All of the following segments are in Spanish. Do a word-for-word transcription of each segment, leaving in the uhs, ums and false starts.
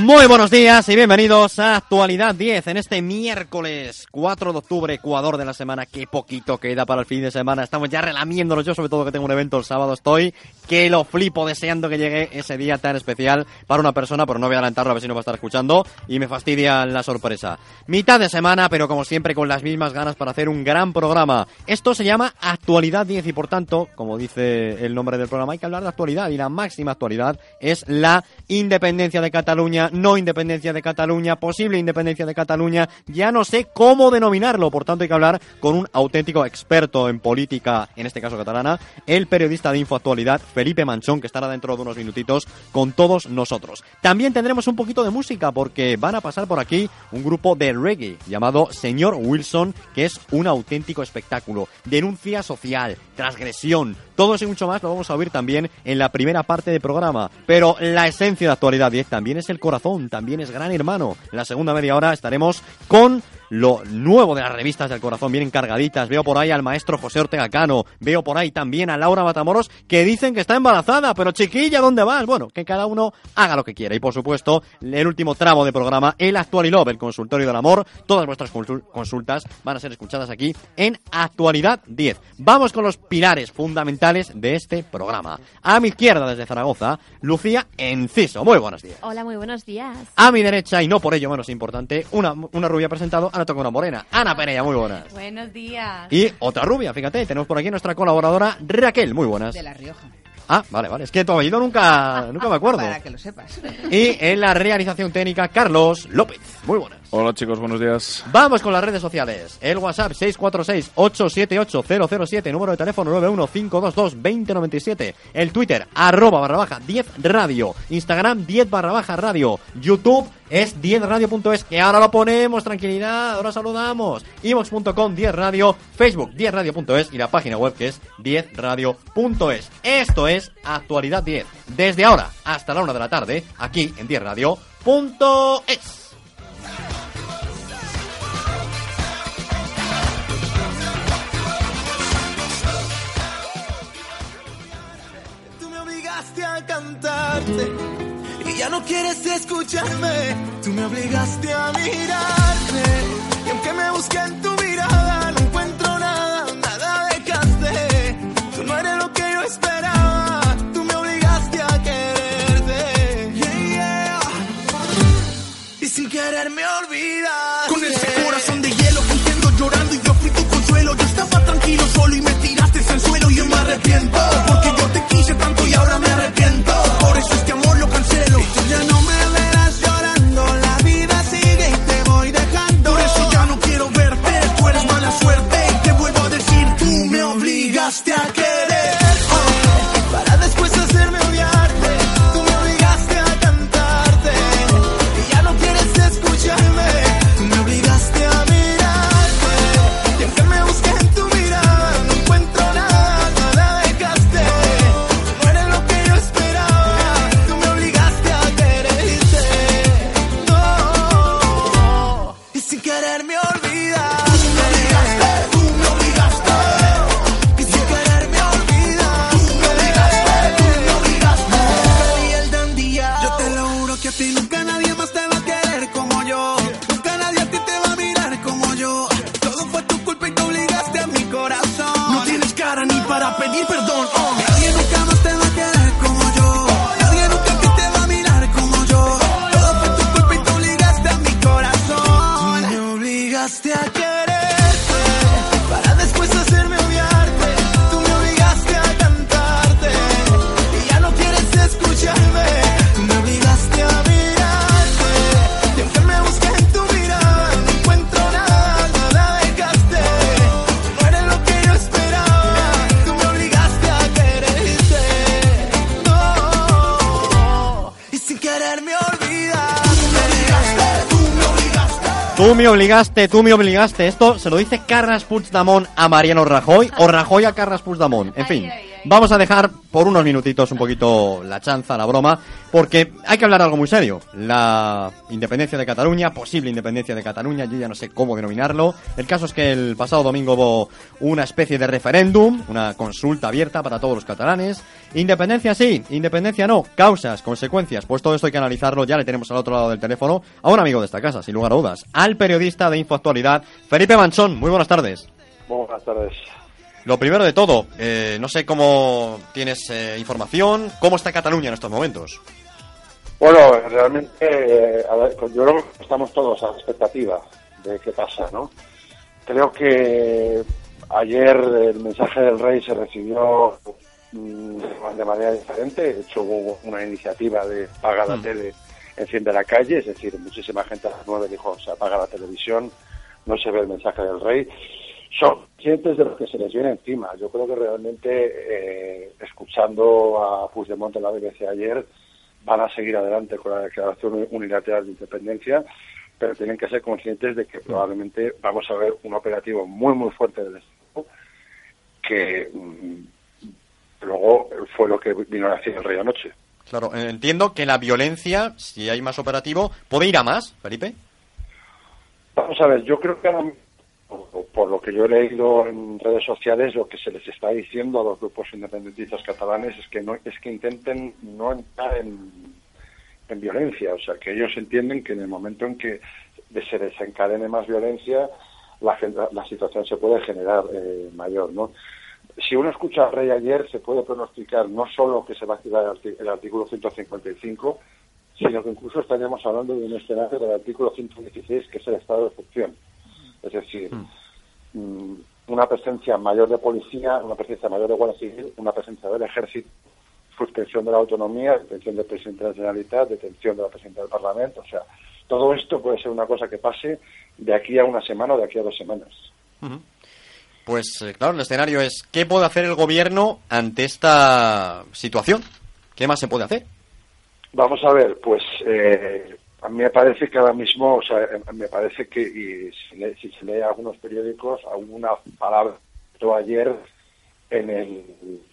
Muy buenos días y bienvenidos a Actualidad diez en este miércoles cuatro de octubre, Ecuador de la semana. Qué poquito queda para el fin de semana, estamos ya relamiéndonos. Yo sobre todo que tengo un evento el sábado, estoy que lo flipo deseando que llegue ese día tan especial para una persona, pero no voy a adelantarlo a ver si no va a estar escuchando y me fastidia la sorpresa. Mitad de semana, pero como siempre con las mismas ganas para hacer un gran programa. Esto se llama Actualidad diez y por tanto, como dice el nombre del programa, hay que hablar de actualidad y la máxima actualidad es la independencia de Cataluña, no independencia de Cataluña, posible independencia de Cataluña, ya no sé cómo denominarlo, por tanto hay que hablar con un auténtico experto en política, en este caso catalana, el periodista de Infoactualidad, Felipe Manchón, que estará dentro de unos minutitos con todos nosotros. También tendremos un poquito de música porque van a pasar por aquí un grupo de reggae llamado Señor Wilson, que es un auténtico espectáculo, denuncia social, transgresión, todo eso y mucho más lo vamos a oír también en la primera parte del programa, pero la esencia de Actualidad diez también es el corazón, también es Gran Hermano. En la segunda media hora estaremos con lo nuevo de las revistas del corazón, vienen cargaditas. Veo por ahí al maestro José Ortega Cano, veo por ahí también a Laura Matamoros, que dicen que está embarazada, pero chiquilla, ¿dónde vas? Bueno, que cada uno haga lo que quiera. Y por supuesto, el último tramo de programa, el Actualilove, el consultorio del amor. Todas vuestras consultas van a ser escuchadas aquí en Actualidad diez. Vamos con los pilares fundamentales de este programa. A mi izquierda, desde Zaragoza, Lucía Enciso. Muy buenos días. Hola, muy buenos días. A mi derecha, y no por ello menos importante, una, una rubia presentado, ahora toca una morena. Ana Pereira, muy buenas. Buenos días. Y otra rubia, fíjate, tenemos por aquí nuestra colaboradora Raquel, muy buenas. De La Rioja. Ah, vale, vale, es que tu apellido nunca, nunca me acuerdo. Para que lo sepas. Y en la realización técnica, Carlos López, muy buenas. Hola chicos, buenos días. Vamos con las redes sociales. El WhatsApp seis cuatro seis, ocho siete ocho, cero cero siete, número de teléfono nueve uno cinco dos dos, dos cero nueve siete. El Twitter, arroba barra baja diez radio. Instagram, diez barra baja radio. YouTube es diez radio punto es, que ahora lo ponemos, tranquilidad, ahora saludamos. iVoox punto com, diez radio. Facebook, diez radio punto es y la página web que es diez radio punto es. Esto es Actualidad diez. Desde ahora hasta la una de la tarde, aquí en diez radio punto es. A cantarte y ya no quieres escucharme. Tú me obligaste a mirarte y aunque me busqué en tu mirada no encuentro nada, nada dejaste. Tú no eres lo que yo esperaba. Tú me obligaste a quererte, yeah, yeah. Y sin querer me olvidas. Con ese corazón de hielo que entiendo llorando y yo fui tu consuelo. Yo estaba tranquilo solo y me tiraste en el suelo y yo me arrepiento porque yo te quise tanto y ahora me arrepiento. Por eso este amor lo cancelo. Y tú ya no me verás llorando. La vida sigue y te voy dejando. Por eso ya no quiero verte. Tú eres mala suerte. Y te vuelvo a decir, tú me obligaste a querer, oh, para después hacerme odiarte. Tú me obligaste a cantarte y ya no quieres escucharme. Tú me obligaste a mirarte y aunque me busqué en tu mirada no encuentro nada, nada dejaste. No eres lo que yo esperaba. Tú me obligaste a quererte, no, y sin querer me olvidas. Tú me obligaste, tú me obligaste, y sin querer me olvidas. Tú me obligaste, tú me obligaste. Y el dandía, yo te lo juro que a ti nunca nadie más te va a querer como yo. Nunca nadie a ti te va a mirar como yo. Todo fue tu culpa y te obligaste a mi corazón. No tienes cara ni para pedir perdón, oh. Nadie nunca más te va a querer como yo. Nadie nunca a ti te va a mirar como yo. Todo fue tu culpa y te obligaste a mi corazón. Tú me obligaste a quererte para después hacerme odiarte. Tú me obligaste a cantarte y ya no quieres escucharme. Tú me obligaste a mirarte y aunque me busqué en tu mirada no encuentro nada, nada dejaste. No eres lo que yo esperaba. Tú me obligaste a quererte, no, y sin querer me olvidas. Tú me obligaste, tú me obligaste. Tú me obligaste, tú me obligaste. Esto se lo dice Carles Puigdemont a Mariano Rajoy o Rajoy a Carles Puigdemont. En fin, Ay, ay, ay. Vamos a dejar por unos minutitos un poquito la chanza, la broma, porque hay que hablar de algo muy serio. La independencia de Cataluña, posible independencia de Cataluña, yo ya no sé cómo denominarlo. El caso es que el pasado domingo hubo una especie de referéndum, una consulta abierta para todos los catalanes. Independencia sí, independencia no, causas, consecuencias, pues todo esto hay que analizarlo. Ya le tenemos al otro lado del teléfono a un amigo de esta casa, sin lugar a dudas, al periodista de Infoactualidad, Felipe Manchón. Muy buenas tardes. Muy buenas tardes. Lo primero de todo, eh, no sé cómo tienes eh, información, ¿cómo está Cataluña en estos momentos? Bueno, realmente, eh, a ver, yo creo que estamos todos a la expectativa de qué pasa, ¿no? Creo que ayer el mensaje del rey se recibió mmm, de manera diferente. De hecho, hubo una iniciativa de apaga la mm. tele, enciende la calle, es decir, muchísima gente a las nueve dijo, se apaga la televisión, no se ve el mensaje del rey. Son conscientes de lo que se les viene encima. Yo creo que realmente, eh, escuchando a Puigdemont en la B B C ayer, van a seguir adelante con la declaración unilateral de independencia, pero tienen que ser conscientes de que probablemente vamos a ver un operativo muy, muy fuerte del Estado, que mmm, luego fue lo que vino a decir el rey anoche. Claro, entiendo que la violencia, si hay más operativo, ¿puede ir a más, Felipe? Vamos a ver, yo creo que ahora por lo que yo he leído en redes sociales, lo que se les está diciendo a los grupos independentistas catalanes es que no es que intenten no entrar en, en violencia, o sea, que ellos entienden que en el momento en que se desencadene más violencia, la, la situación se puede generar eh, mayor, ¿no? Si uno escucha al rey ayer, se puede pronosticar no solo que se va a activar el artículo ciento cincuenta y cinco, sino que incluso estaríamos hablando de un escenario del artículo ciento dieciséis, que es el estado de excepción. Es decir, mm. una presencia mayor de policía, una presencia mayor de Guardia Civil, una presencia del Ejército, suspensión de la autonomía, detención del presidente de la Generalitat, detención de la presidenta del Parlamento. O sea, todo esto puede ser una cosa que pase de aquí a una semana o de aquí a dos semanas. Uh-huh. Pues eh, claro, el escenario es ¿qué puede hacer el gobierno ante esta situación? ¿Qué más se puede hacer? Vamos a ver, pues... Eh, a mí me parece que ahora mismo, o sea, me parece que, y si, le, si se lee algunos periódicos, alguna palabra ayer en el,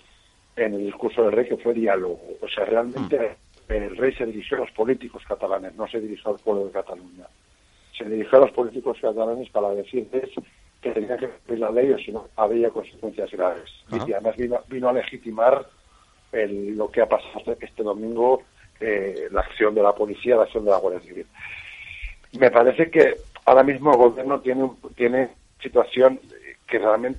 en el discurso del rey que fue diálogo. O sea, realmente mm. el rey se dirigió a los políticos catalanes, no se dirigió al pueblo de Cataluña. Se dirigió a los políticos catalanes para decirles que tenían que cumplir la ley o si no había consecuencias graves. Uh-huh. Y además vino, vino a legitimar el, lo que ha pasado este domingo, Eh, la acción de la policía, la acción de la Guardia Civil. Me parece que ahora mismo el gobierno tiene un, tiene situación que realmente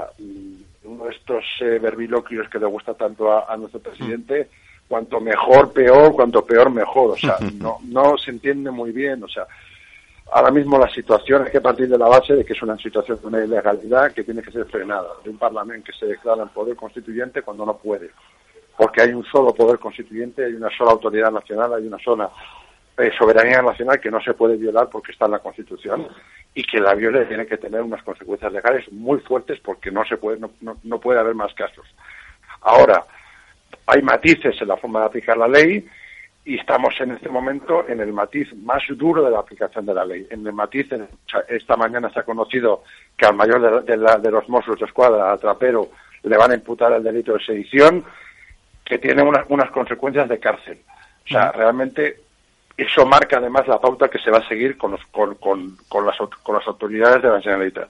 uno de estos eh, verbiloquios que le gusta tanto a, a nuestro presidente, cuanto mejor peor, cuanto peor mejor, o sea, no no se entiende muy bien, o sea, ahora mismo la situación hay que partir de la base de que es una situación de una ilegalidad que tiene que ser frenada, de un parlamento que se declara en poder constituyente cuando no puede. Porque hay un solo poder constituyente, hay una sola autoridad nacional, hay una sola eh, soberanía nacional que no se puede violar porque está en la Constitución y que la viole tiene que tener unas consecuencias legales muy fuertes porque no se puede no, no, no puede haber más casos. Ahora, hay matices en la forma de aplicar la ley y estamos en este momento en el matiz más duro de la aplicación de la ley. En el matiz, en, esta mañana se ha conocido que al mayor de, de, la, de los Mossos de Escuadra, al trapero, le van a imputar el delito de sedición, que tiene unas, unas consecuencias de cárcel. O sea, uh-huh. realmente eso marca además la pauta que se va a seguir con los, con, con, con las, con las autoridades de la Generalitat.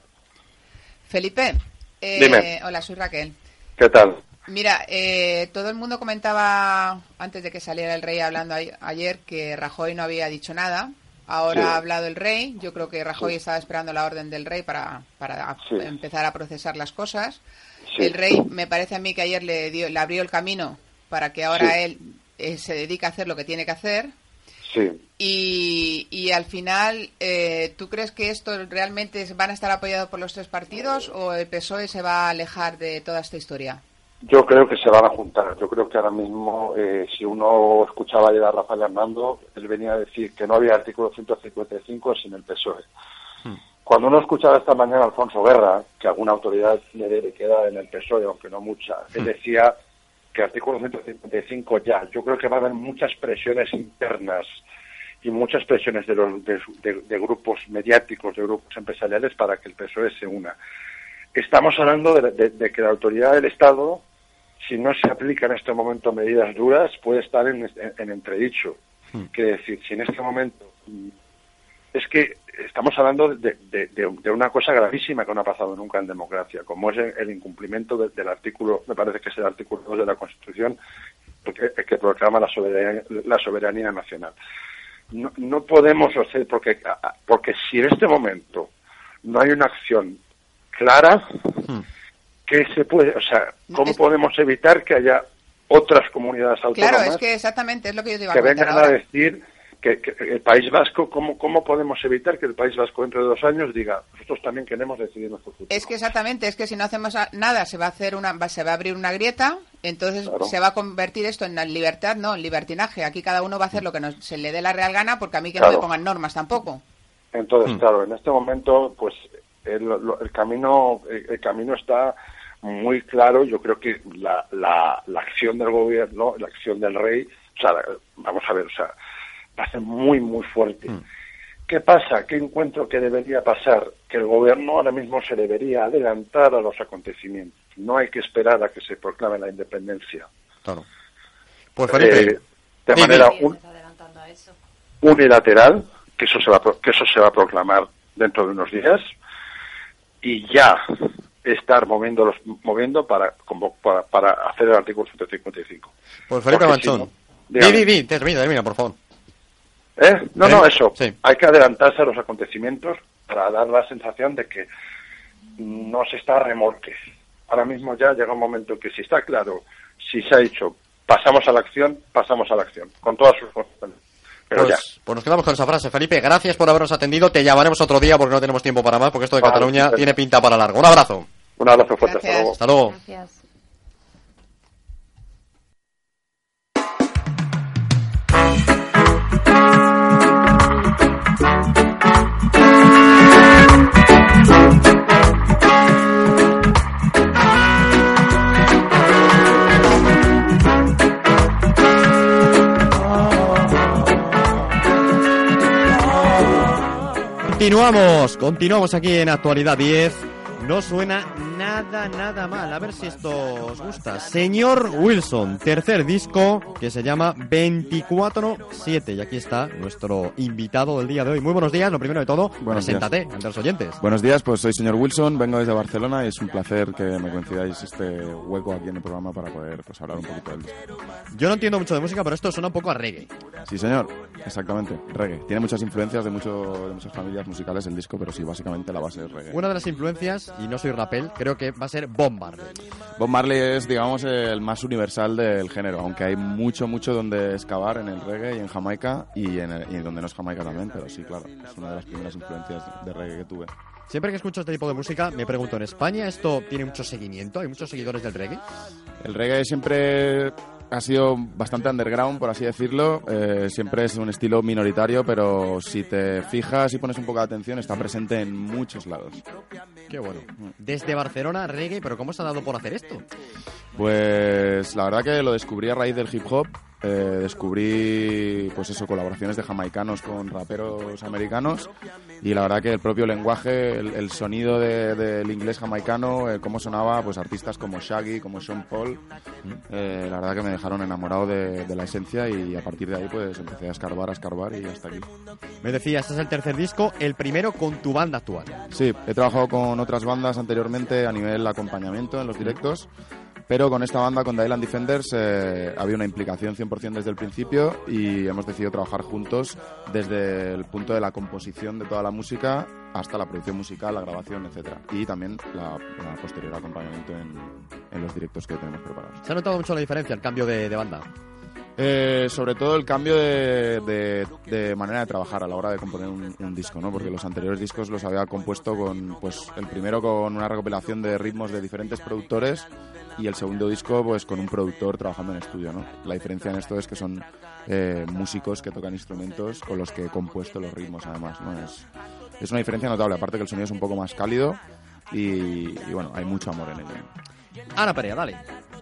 Felipe, eh, Dime. Hola, soy Raquel. ¿Qué tal? Mira, eh, todo el mundo comentaba, antes de que saliera el rey hablando a, ayer, que Rajoy no había dicho nada. Ahora sí. ha hablado el rey. Yo creo que Rajoy sí. estaba esperando la orden del rey para, para sí. empezar a procesar las cosas. Sí. El rey, me parece a mí que ayer le dio, le abrió el camino para que ahora sí. él eh, se dedique a hacer lo que tiene que hacer. Sí. Y, y al final, eh, ¿tú crees que esto realmente van a estar apoyados por los tres partidos o el P S O E se va a alejar de toda esta historia? Yo creo que se van a juntar. Yo creo que ahora mismo, eh, si uno escuchaba ayer a Rafael Hernando, él venía a decir que no había artículo ciento cincuenta y cinco sin el P S O E. Hmm. Cuando uno escuchaba esta mañana a Alfonso Guerra, que alguna autoridad le queda en el P S O E, aunque no mucha, hmm. él decía que artículo ciento cincuenta y cinco ya. Yo creo que va a haber muchas presiones internas y muchas presiones de, los, de, de, de grupos mediáticos, de grupos empresariales para que el P S O E se una. Estamos hablando de, de, de que la autoridad del Estado si no se aplican en este momento medidas duras, puede estar en, en, en entredicho. Hmm. Quiere decir, si en este momento... Es que estamos hablando de, de, de, de una cosa gravísima que no ha pasado nunca en democracia, como es el, el incumplimiento de, del artículo, me parece que es el artículo dos de la Constitución, que, que proclama la soberanía, la soberanía nacional. No, no podemos hacer, porque, porque si en este momento no hay una acción clara, hmm. ¿qué se puede, o sea, cómo es... podemos evitar que haya otras comunidades autónomas? Claro, es que exactamente es lo que yo te iba a que comentar vengan ahora. a decir que, que el País Vasco, ¿cómo, ¿cómo podemos evitar que el País Vasco dentro de dos años diga, nosotros también queremos decidir nuestro futuro? Es que exactamente, es que si no hacemos nada se va a hacer una, se va a abrir una grieta, entonces claro. se va a convertir esto en libertad, no, en libertinaje. Aquí cada uno va a hacer lo que nos, se le dé la real gana, porque a mí que claro. no me pongan normas tampoco. Entonces, hmm. claro, en este momento, pues el, el camino, el, el camino está muy claro. Yo creo que la, la, la acción del gobierno, la acción del rey, o sea, vamos a ver, o sea, va a ser muy, muy fuerte. Mm. ¿Qué pasa? ¿Qué encuentro que debería pasar? Que el gobierno ahora mismo se debería adelantar a los acontecimientos. No hay que esperar a que se proclame la independencia. Claro. Pues Felipe, eh, de manera un, unilateral, que eso se va que eso se va a proclamar dentro de unos días, y ya estar moviéndolos, moviendo para, para, para hacer el artículo ciento cincuenta y cinco. Pues Felipe Manchón. Si no, di, di, di, termina, termina, por favor. ¿Eh? No, ¿Eh? no, eso. Sí. Hay que adelantarse a los acontecimientos para dar la sensación de que no se está a remolque. Ahora mismo ya llega un momento que si está claro, si se ha dicho, pasamos a la acción, pasamos a la acción, con todas sus consecuencias. Pero pues, ya. Pues nos quedamos con esa frase. Felipe, gracias por habernos atendido. Te llamaremos otro día porque no tenemos tiempo para más, porque esto de vale, Cataluña sí, tiene pinta para largo. Un abrazo. Un abrazo fuerte. Gracias. Hasta luego. Hasta luego. Gracias. Continuamos, continuamos aquí en Actualidad diez. No suena nada, nada mal. A ver si esto os gusta. Señor Wilson, tercer disco que se llama veinticuatro siete. Y aquí está nuestro invitado del día de hoy. Muy buenos días, lo primero de todo, buenos preséntate días. ante los oyentes. Buenos días, pues soy señor Wilson, vengo desde Barcelona y es un placer que me coincidáis este hueco aquí en el programa para poder pues, hablar un poquito del disco. Yo no entiendo mucho de música, pero esto suena un poco a reggae. Sí, señor, exactamente, reggae. Tiene muchas influencias de, mucho, de muchas familias musicales el disco, pero sí, básicamente la base es reggae. Una de las influencias, y no soy rapel, creo que va a ser Bob Marley. Bob Marley es, digamos, el más universal del género, aunque hay mucho, mucho donde excavar en el reggae y en Jamaica, y, en el, y donde no es Jamaica también, pero sí, claro, es una de las primeras influencias de, de reggae que tuve. Siempre que escucho este tipo de música, me pregunto, ¿en España esto tiene mucho seguimiento? ¿Hay muchos seguidores del reggae? El reggae siempre ha sido bastante underground, por así decirlo. Eh, siempre es un estilo minoritario, pero si te fijas y pones un poco de atención, está presente en muchos lados. Qué bueno. Desde Barcelona, reggae, pero ¿cómo se ha dado por hacer esto? Pues la verdad que lo descubrí a raíz del hip hop. Eh, descubrí, pues eso, colaboraciones de jamaicanos con raperos americanos, y la verdad que el propio lenguaje, el, el sonido de, del inglés jamaicano, eh, cómo sonaba, pues artistas como Shaggy, como Sean Paul, eh, la verdad que me dejaron enamorado de, de la esencia, y a partir de ahí pues empecé a escarbar, a escarbar y hasta aquí. Me decía, este es el tercer disco, el primero con tu banda actual. Sí, he trabajado con otras bandas anteriormente a nivel acompañamiento en los directos, pero con esta banda, con The Island Defenders, eh, había una implicación cien por ciento desde el principio, y hemos decidido trabajar juntos desde el punto de la composición de toda la música hasta la producción musical, la grabación, etcétera, y también la, la posterior acompañamiento en, en los directos que tenemos preparados. ¿Se ha notado mucho la diferencia, el cambio de, de banda? Eh, sobre todo el cambio de, de, de manera de trabajar a la hora de componer un, un disco, ¿no? Porque los anteriores discos los había compuesto con, pues, el primero con una recopilación de ritmos de diferentes productores, y el segundo disco pues con un productor trabajando en estudio, ¿no? La diferencia en esto es que son eh, músicos que tocan instrumentos con los que he compuesto los ritmos, además, ¿no? Es, es una diferencia notable, aparte que el sonido es un poco más cálido y, y bueno, hay mucho amor en ello. Ana Perea, dale.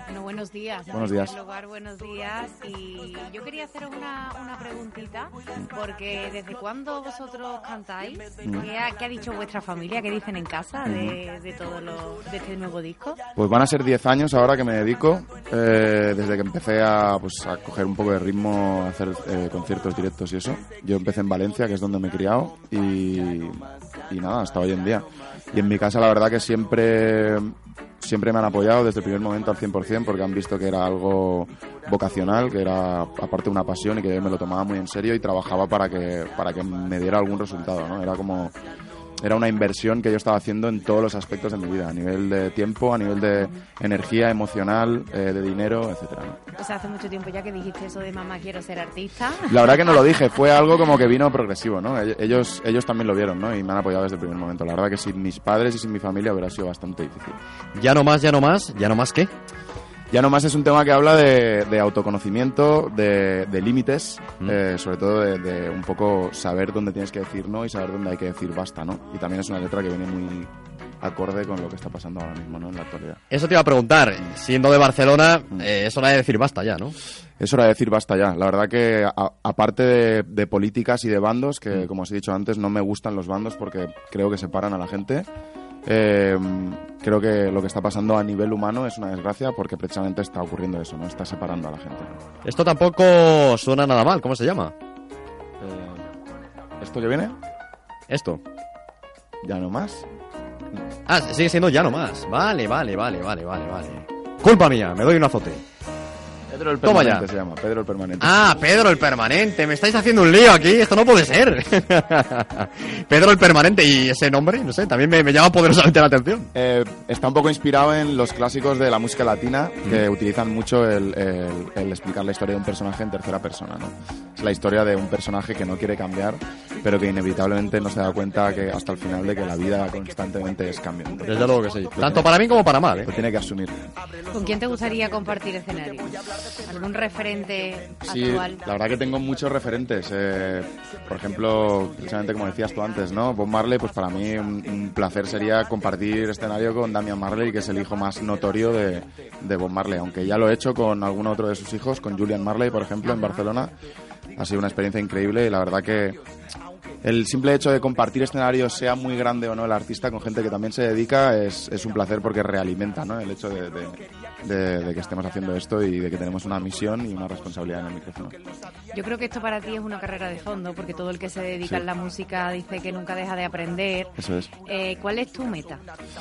Bueno, buenos días. Buenos días. En primer lugar, buenos días. Y yo quería haceros una, una preguntita, porque ¿desde cuándo vosotros cantáis? Mm. ¿Qué ha, qué ha dicho vuestra familia? ¿Qué dicen en casa de, de todo lo, de este nuevo disco? Pues van a ser diez años ahora que me dedico, eh, desde que empecé a, pues, a coger un poco de ritmo, a hacer eh, conciertos directos y eso. Yo empecé en Valencia, que es donde me he criado, y, y nada, hasta hoy en día. Y en mi casa la verdad que siempre... Siempre me han apoyado desde el primer momento al cien por ciento, porque han visto que era algo vocacional, que era aparte una pasión y que me lo tomaba muy en serio y trabajaba para que para que me diera algún resultado, ¿no? Era como era una inversión que yo estaba haciendo en todos los aspectos de mi vida, a nivel de tiempo, a nivel de energía emocional, eh, de dinero, etcétera, ¿no? O sea, hace mucho tiempo ya que dijiste eso de mamá quiero ser artista. La verdad que no lo dije, fue algo como que vino progresivo, ¿no? Ellos ellos también lo vieron, ¿no? Y me han apoyado desde el primer momento. La verdad que sin mis padres y sin mi familia hubiera sido bastante difícil. Ya no más, ya no más, ya no más ¿qué? Ya no más es un tema que habla de, de autoconocimiento, de, de límites, mm. eh, sobre todo de, de un poco saber dónde tienes que decir no y saber dónde hay que decir basta, ¿no? Y también es una letra que viene muy acorde con lo que está pasando ahora mismo, ¿no? En la actualidad. Eso te iba a preguntar, siendo de Barcelona, eh, es hora de decir basta ya, ¿no? Es hora de decir basta ya. La verdad que a, aparte de, de políticas y de bandos, que mm. como os he dicho antes, no me gustan los bandos porque creo que separan a la gente. Eh, creo que lo que está pasando a nivel humano es una desgracia porque precisamente está ocurriendo eso, ¿no? Está separando a la gente, ¿no? Esto tampoco suena nada mal, ¿cómo se llama? Eh, ¿Esto que viene? Esto. ¿Ya no más? Ah, sigue siendo ya no más. Vale, vale, vale, vale, vale, vale. Culpa mía, me doy un azote. Pedro el Permanente se llama, Pedro el Permanente. Ah, Pedro el Permanente, me estáis haciendo un lío aquí, esto no puede ser. Pedro el Permanente, ¿y ese nombre? No sé, también me, me llama poderosamente la atención. Eh, está un poco inspirado en los clásicos de la música latina, que mm. utilizan mucho el, el, el explicar la historia de un personaje en tercera persona, ¿no? Es la historia de un personaje que no quiere cambiar, pero que inevitablemente no se da cuenta que hasta el final de que la vida constantemente es cambiante. Desde luego que sí, tanto para bien como para mal, ¿eh? Lo tiene que asumir. ¿Con quién te gustaría compartir escenario? ¿Algún referente sí, actual? La verdad que tengo muchos referentes. Eh, por ejemplo, precisamente como decías tú antes, ¿no? Bob Marley, pues para mí un, un placer sería compartir escenario con Damian Marley, que es el hijo más notorio de, de Bob Marley. Aunque ya lo he hecho con algún otro de sus hijos, con Julian Marley, por ejemplo, en Barcelona. Ha sido una experiencia increíble y la verdad que el simple hecho de compartir escenarios, sea muy grande o no el artista, con gente que también se dedica, es, es un placer porque realimenta, ¿no? El hecho de, de, de, de que estemos haciendo esto y de que tenemos una misión y una responsabilidad en el micrófono. Yo creo que esto para ti es una carrera de fondo, porque todo el que se dedica sí. a la música dice que nunca deja de aprender. Eso es. Eh, ¿Cuál es tu meta?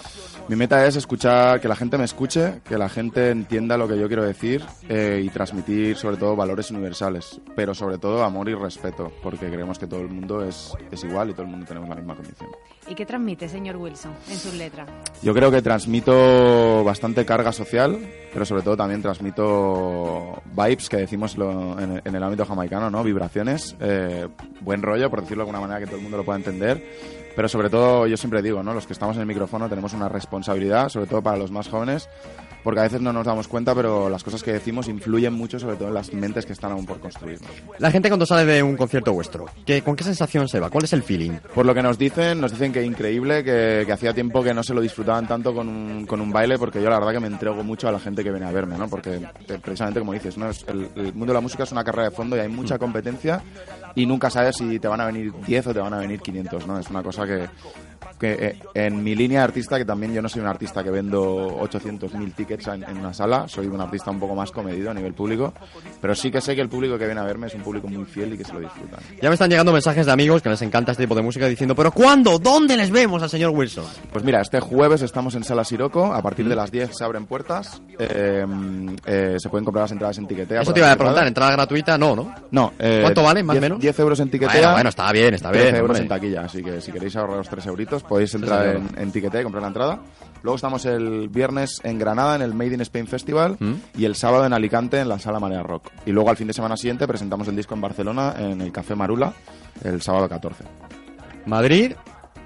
Mi meta es escuchar, que la gente me escuche, que la gente entienda lo que yo quiero decir eh, y transmitir sobre todo valores universales, pero sobre todo amor y respeto, porque creemos que todo el mundo es, es igual y todo el mundo tenemos la misma condición. ¿Y qué transmite, señor Wilson, en sus letras? Yo creo que transmito bastante carga social, pero sobre todo también transmito vibes, que decimos lo, en, en el ámbito jamaicano, ¿no? Vibraciones, eh, buen rollo, por decirlo de alguna manera que todo el mundo lo pueda entender. Pero sobre todo, yo siempre digo, ¿no? Los que estamos en el micrófono tenemos una responsabilidad, sobre todo para los más jóvenes, porque a veces no nos damos cuenta, pero las cosas que decimos influyen mucho, sobre todo en las mentes que están aún por construir, ¿no? La gente cuando sale de un concierto vuestro, ¿qué, ¿con qué sensación se va? ¿Cuál es el feeling? Por lo que nos dicen, nos dicen que increíble, que, que hacía tiempo que no se lo disfrutaban tanto con un, con un baile, porque yo la verdad que me entrego mucho a la gente que viene a verme, ¿no? Porque precisamente como dices, ¿no? El, el mundo de la música es una carrera de fondo y hay mucha competencia y nunca sabes si te van a venir diez o te van a venir quinientos, ¿no? Es una cosa que, que eh, en mi línea de artista, que también yo no soy un artista que vendo ochocientos mil tickets en, en una sala, soy un artista un poco más comedido a nivel público, pero sí que sé que el público que viene a verme es un público muy fiel y que se lo disfrutan. Ya me están llegando mensajes de amigos que les encanta este tipo de música diciendo, ¿pero cuándo? ¿Dónde les vemos al señor Wilson? Pues mira, este jueves estamos en Sala Siroco, a partir de las diez se abren puertas, eh, eh, se pueden comprar las entradas en Tiquetea. Eso te iba a preguntar, ¿entrada gratuita? No, ¿no? No. Eh, ¿Cuánto vale, más o menos? diez euros en Tiquetea. Bueno, bueno, está bien, está bien. diez euros hombre. en taquilla, así que si queréis ahorraros tres euritos podéis entrar en, en Tiquetea y comprar la entrada. Luego estamos el viernes en Granada en el Made in Spain Festival ¿Mm? y el sábado en Alicante en la Sala Marea Rock. Y luego al fin de semana siguiente presentamos el disco en Barcelona en el Café Marula el sábado catorce. Madrid,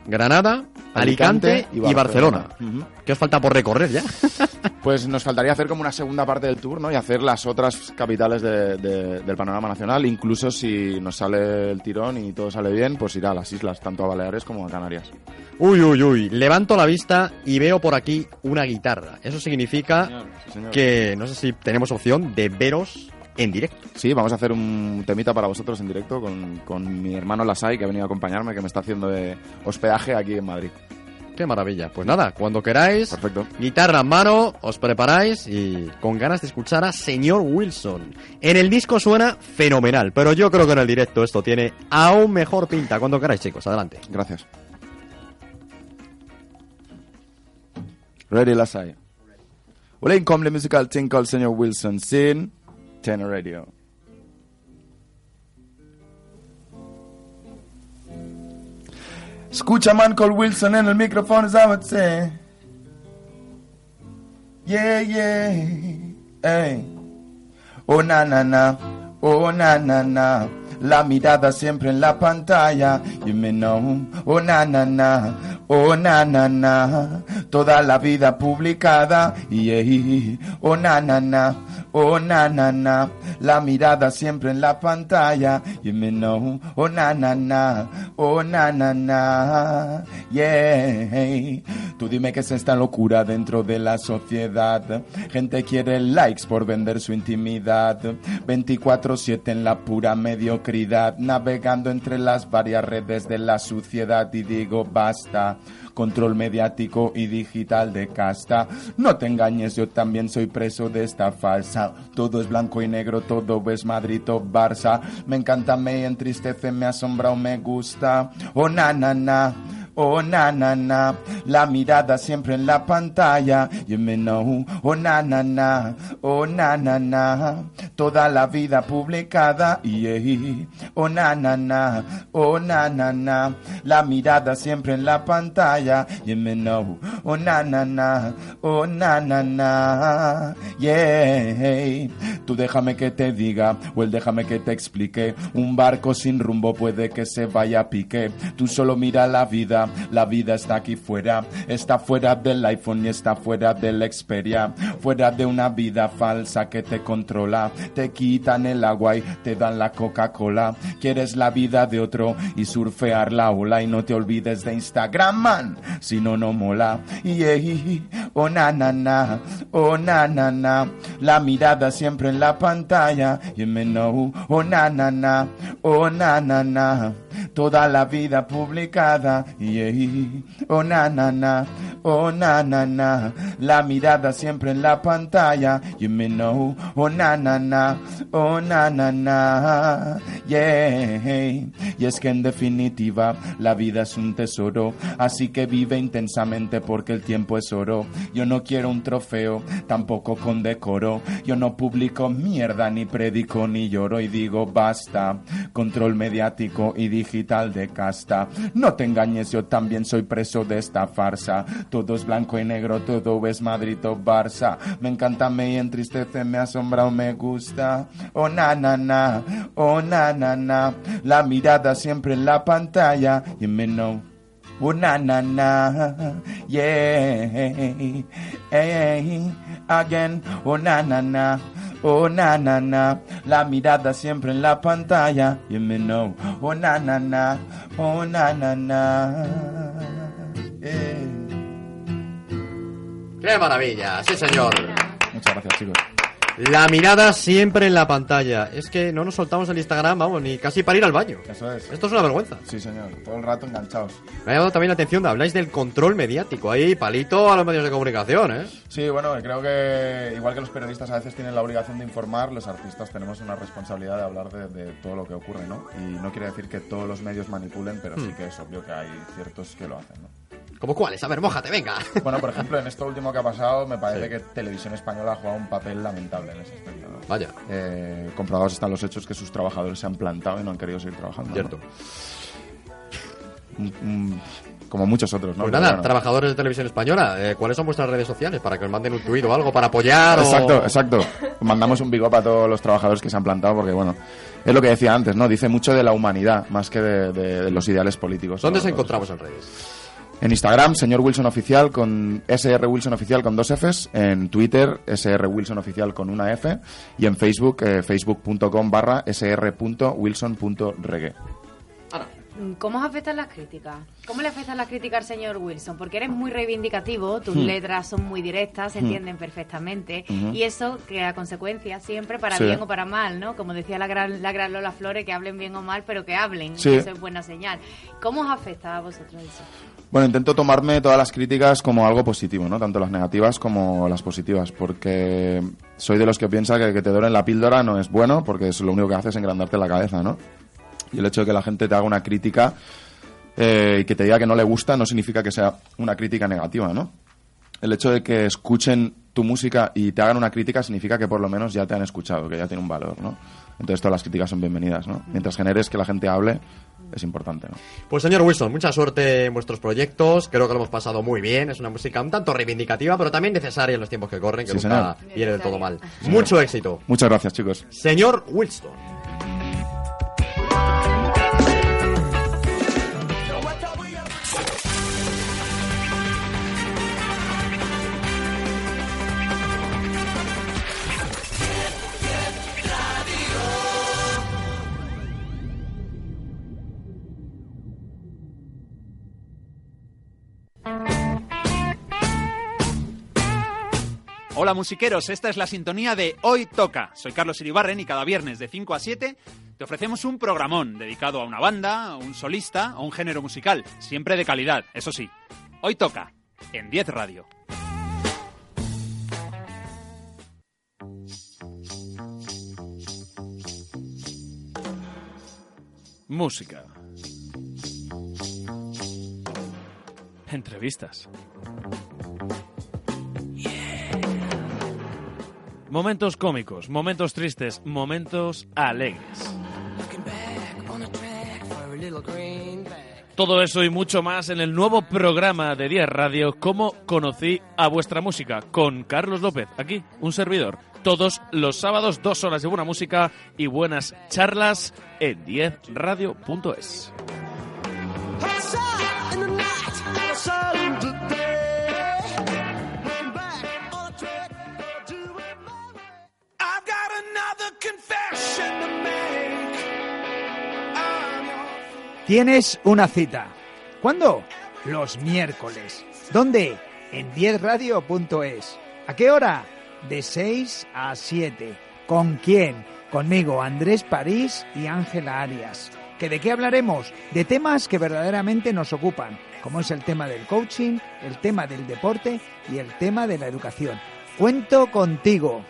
Granada, Alicante, Alicante y y Barcelona. Barcelona. Uh-huh. ¿Qué os falta por recorrer ya? Pues nos faltaría hacer como una segunda parte del tour, ¿no? Y hacer las otras capitales de, de, del panorama nacional. Incluso si nos sale el tirón y todo sale bien, pues ir a las islas, tanto a Baleares como a Canarias. Uy, uy, uy. Levanto la vista y veo por aquí una guitarra. Eso significa Señor, sí, señor. que no sé si tenemos opción de veros en directo. Sí, vamos a hacer un temita para vosotros en directo con, con mi hermano Lasai, que ha venido a acompañarme, que me está haciendo de hospedaje aquí en Madrid. Qué maravilla. Pues nada, cuando queráis, Perfecto. guitarra en mano, os preparáis y con ganas de escuchar a Señor Wilson. En el disco suena fenomenal, pero yo creo que en el directo esto tiene aún mejor pinta. Cuando queráis, chicos, adelante. Gracias. Ready, Lasai. Well, in come the musical thing called Señor Wilson Sin, Tenor Radio. Escucha man called Wilson en el micrófono, is I would say. Yeah, yeah, hey. Oh, na, na, na, oh, na, na, na. La mirada siempre en la pantalla, you me know, oh na na na, oh na na na, toda la vida publicada, yeah, oh na na na, oh na na na, la mirada siempre en la pantalla, you me know, oh na na na, oh na na na, yeah. Tú dime qué es esta locura dentro de la sociedad, gente quiere likes por vender su intimidad, veinticuatro siete en la pura mediocridad, navegando entre las varias redes de la suciedad y digo basta, control mediático y digital de casta, no te engañes, yo también soy preso de esta farsa, todo es blanco y negro, todo es Madrid o Barça, me encanta, me entristece, me asombra o me gusta, oh na na na, oh na na na, la mirada siempre en la pantalla, you me know, oh na na na, oh na na na, toda la vida publicada, yeah, oh na na na, oh na na na, la mirada siempre en la pantalla, you me know, oh na na na, oh na na na, yeah, tú déjame que te diga, o el déjame que te explique, un barco sin rumbo puede que se vaya a pique, tú solo mira la vida, la vida está aquí fuera, está fuera del iPhone y está fuera de la Xperia, fuera de una vida falsa que te controla, te quitan el agua y te dan la Coca-Cola, quieres la vida de otro y surfear la ola y no te olvides de Instagram, man, si no, no mola, yeah, oh na na na, oh na na na, la mirada siempre en la pantalla, you me know, oh na na na, oh na na na, toda la vida publicada, yeah, oh na na na, oh na na na, la mirada siempre en la pantalla, you me know, oh na na na, oh na na na, yeah, y es que en definitiva la vida es un tesoro, así que vive intensamente porque el tiempo es oro, yo no quiero un trofeo, tampoco con decoro, yo no publico mierda, ni predico, ni lloro y digo basta, control mediático y digital de casta, no te engañes, yo también soy preso de esta farsa, todo es blanco y negro, todo es Madrid o Barça, me encanta, me entristece, me asombra o me gusta, oh na na na, oh na na na, la mirada siempre en la pantalla, you me know, oh na na na, yeah, hey, again, oh na na na, oh na na na, la mirada siempre en la pantalla, you me know, oh na na na, oh na na na, yeah. ¡Qué maravilla! ¡Sí, señor! Muchas gracias, chicos. La mirada siempre en la pantalla. Es que no nos soltamos el Instagram, vamos, ni casi para ir al baño. Eso es. Esto es una vergüenza. Sí, señor, todo el rato enganchados. Me ha llamado también la atención, habláis del control mediático. Ahí, palito a los medios de comunicación, ¿eh? Sí, bueno, creo que igual que los periodistas a veces tienen la obligación de informar, los artistas tenemos una responsabilidad de hablar de, de todo lo que ocurre, ¿no? Y no quiere decir que todos los medios manipulen, pero Hmm. sí que es obvio que hay ciertos que lo hacen, ¿no? ¿Cómo cuáles? A ver, mójate, venga. Bueno, por ejemplo, en esto último que ha pasado, me parece Sí. que Televisión Española ha jugado un papel lamentable en ese aspecto, ¿no? Vaya. Eh, comprobados están los hechos que sus trabajadores se han plantado y no han querido seguir trabajando, ¿no? Cierto. Mm, mm, como muchos otros, ¿no? Pues Pero nada, bueno. trabajadores de Televisión Española, eh, ¿cuáles son vuestras redes sociales? Para que os manden un tuit o algo para apoyar o... Exacto, exacto. Mandamos un big up a todos los trabajadores que se han plantado porque, bueno, es lo que decía antes, ¿no? Dice mucho de la humanidad más que de, de- de los ideales políticos. ¿Dónde ¿no? os encontramos en redes? En Instagram, señor Wilson Oficial con S R Wilson Oficial con dos Fs. En Twitter, S R Wilson Oficial con una F. Y en Facebook, eh, facebook.com barra sr.wilson.reggae. ¿Cómo os afectan las críticas? ¿Cómo le afectan las críticas al señor Wilson? Porque eres muy reivindicativo, tus hmm. letras son muy directas, se hmm. entienden perfectamente, uh-huh. y eso crea consecuencias siempre para sí. bien o para mal, ¿no? Como decía la gran, la gran Lola Flores, que hablen bien o mal, pero que hablen, sí. eso es buena señal. ¿Cómo os afecta a vosotros eso? Bueno, intento tomarme todas las críticas como algo positivo, ¿no? Tanto las negativas como las positivas, porque soy de los que piensa que que te doren la píldora no es bueno, porque es lo único que hace es engrandarte la cabeza, ¿no? Y el hecho de que la gente te haga una crítica eh, y que te diga que no le gusta no significa que sea una crítica negativa, ¿no? El hecho de que escuchen tu música y te hagan una crítica significa que por lo menos ya te han escuchado, que ya tiene un valor, ¿no? Entonces todas las críticas son bienvenidas, ¿no? Mientras generes que la gente hable, es importante, ¿no? Pues señor Wilson, mucha suerte en vuestros proyectos, creo que lo hemos pasado muy bien, es una música un tanto reivindicativa, pero también necesaria en los tiempos que corren, que sí, nunca señor. viene del todo mal. Sí, Mucho señor. éxito. Muchas gracias, chicos. Señor Wilson. Hola musiqueros, esta es la sintonía de Hoy Toca. Soy Carlos Iribarren y cada viernes de cinco a siete te ofrecemos un programón dedicado a una banda, a un solista, a un género musical, siempre de calidad, eso sí. Hoy Toca, en diez Radio. Música. Entrevistas. Momentos cómicos, momentos tristes, momentos alegres. Todo eso y mucho más en el nuevo programa de diez Radio, Cómo conocí a vuestra música, con Carlos López, aquí, un servidor. Todos los sábados, dos horas de buena música y buenas charlas en diez radio punto es. Tienes una cita. ¿Cuándo? Los miércoles. ¿Dónde? En diez radio punto es. ¿A qué hora? De seis a siete. ¿Con quién? Conmigo, Andrés París y Ángela Arias. ¿Que de qué hablaremos? De temas que verdaderamente nos ocupan, como es el tema del coaching, el tema del deporte y el tema de la educación. Cuento contigo.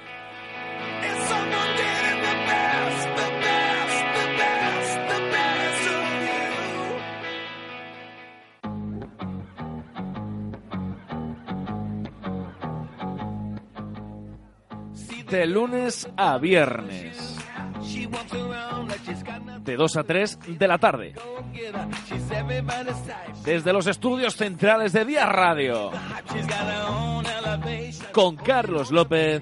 De lunes a viernes, de dos a tres de la tarde, desde los estudios centrales de diez Radio, con Carlos López,